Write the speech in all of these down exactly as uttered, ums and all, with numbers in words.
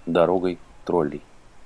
Дорогой троллей.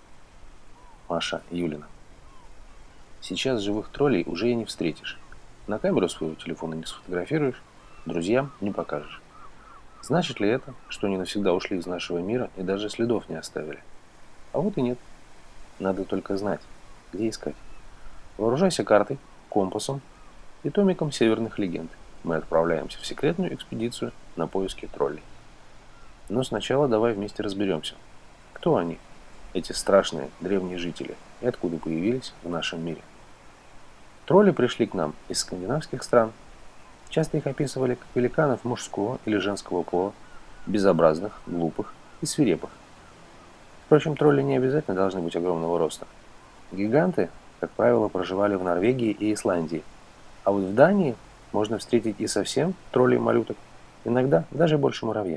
Маша Юлина. Сейчас живых троллей уже и не встретишь. На камеру своего телефона не сфотографируешь, друзьям не покажешь. Значит ли это, что они навсегда ушли из нашего мира и даже следов не оставили? А вот и нет. Надо только знать, где искать. Вооружайся картой, компасом и томиком северных легенд. Мы отправляемся в секретную экспедицию на поиски троллей. Но сначала давай вместе разберемся. Кто они, эти страшные древние жители, и откуда появились в нашем мире? Тролли пришли к нам из скандинавских стран. Часто их описывали как великанов мужского или женского пола, безобразных, глупых и свирепых. Впрочем, тролли не обязательно должны быть огромного роста. Гиганты, как правило, проживали в Норвегии и Исландии, а вот в Дании можно встретить и совсем троллей-малюток, иногда даже больше муравья.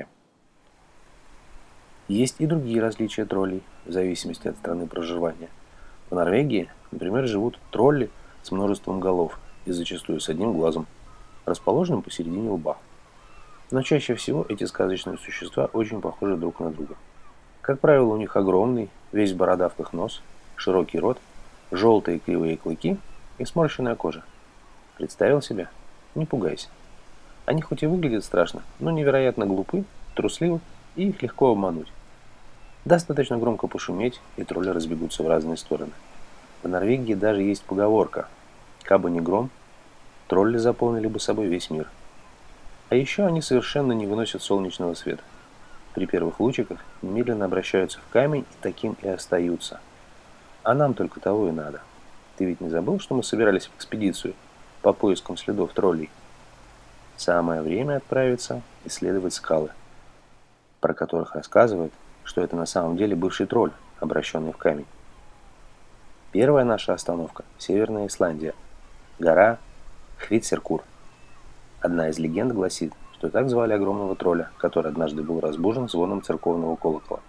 Есть и другие различия троллей, в зависимости от страны проживания. В Норвегии, например, живут тролли с множеством голов и зачастую с одним глазом, расположенным посередине лба. Но чаще всего эти сказочные существа очень похожи друг на друга. Как правило, у них огромный, весь в бородавках нос, широкий рот, желтые кривые клыки и сморщенная кожа. Представил себя? Не пугайся. Они хоть и выглядят страшно, но невероятно глупы, трусливы, и их легко обмануть. Достаточно громко пошуметь, и тролли разбегутся в разные стороны. В Норвегии даже есть поговорка: «Кабы не гром, тролли заполнили бы собой весь мир». А еще они совершенно не выносят солнечного света. При первых лучиках немедленно обращаются в камень и таким и остаются. А нам только того и надо. Ты ведь не забыл, что мы собирались в экспедицию по поискам следов троллей? Самое время отправиться исследовать скалы, про которых рассказывают, что это на самом деле бывший тролль, обращенный в камень. Первая наша остановка – Северная Исландия, гора Хвитсеркур. Одна из легенд гласит, что так звали огромного тролля, который однажды был разбужен звоном церковного колокола.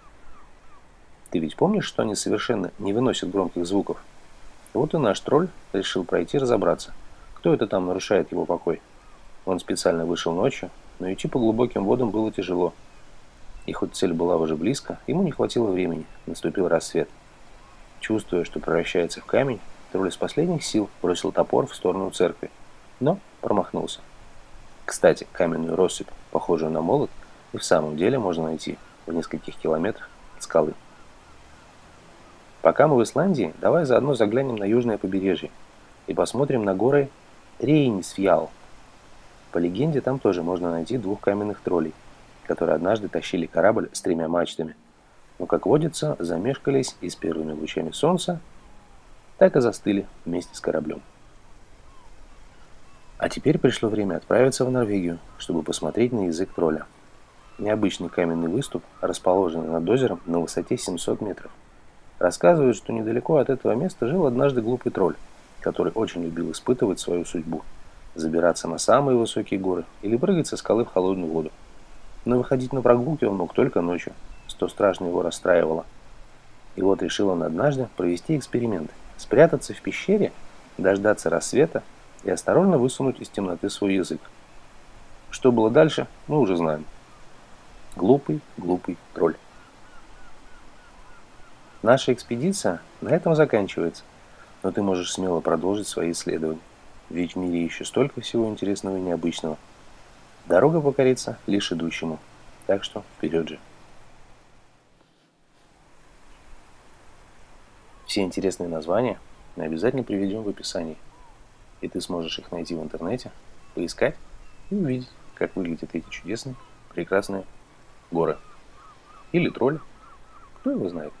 Ты ведь помнишь, что они совершенно не выносят громких звуков? Вот и наш тролль решил пройти разобраться, кто это там нарушает его покой. Он специально вышел ночью, но идти по глубоким водам было тяжело. И хоть цель была уже близко, ему не хватило времени, наступил рассвет. Чувствуя, что превращается в камень, тролль из последних сил бросил топор в сторону церкви, но промахнулся. Кстати, каменную россыпь, похожую на молот, и в самом деле можно найти в нескольких километрах от скалы. Пока мы в Исландии, давай заодно заглянем на южное побережье и посмотрим на горы Рейнисфjalл. По легенде, там тоже можно найти двух каменных троллей, которые однажды тащили корабль с тремя мачтами, но, как водится, замешкались и с первыми лучами солнца так и застыли вместе с кораблем. А теперь пришло время отправиться в Норвегию, чтобы посмотреть на язык тролля. Необычный каменный выступ, расположенный над озером на высоте семьсот метров. Рассказывают, что недалеко от этого места жил однажды глупый тролль, который очень любил испытывать свою судьбу, забираться на самые высокие горы или прыгать со скалы в холодную воду. Но выходить на прогулки он мог только ночью, что страшно его расстраивало. И вот решил он однажды провести эксперимент, спрятаться в пещере, дождаться рассвета и осторожно высунуть из темноты свой язык. Что было дальше, мы уже знаем. Глупый, глупый тролль. Наша экспедиция на этом заканчивается, но ты можешь смело продолжить свои исследования, ведь в мире еще столько всего интересного и необычного. Дорога покорится лишь идущему, так что вперед же. Все интересные названия мы обязательно приведем в описании, и ты сможешь их найти в интернете, поискать и увидеть, как выглядят эти чудесные, прекрасные горы. Или тролли, кто его знает.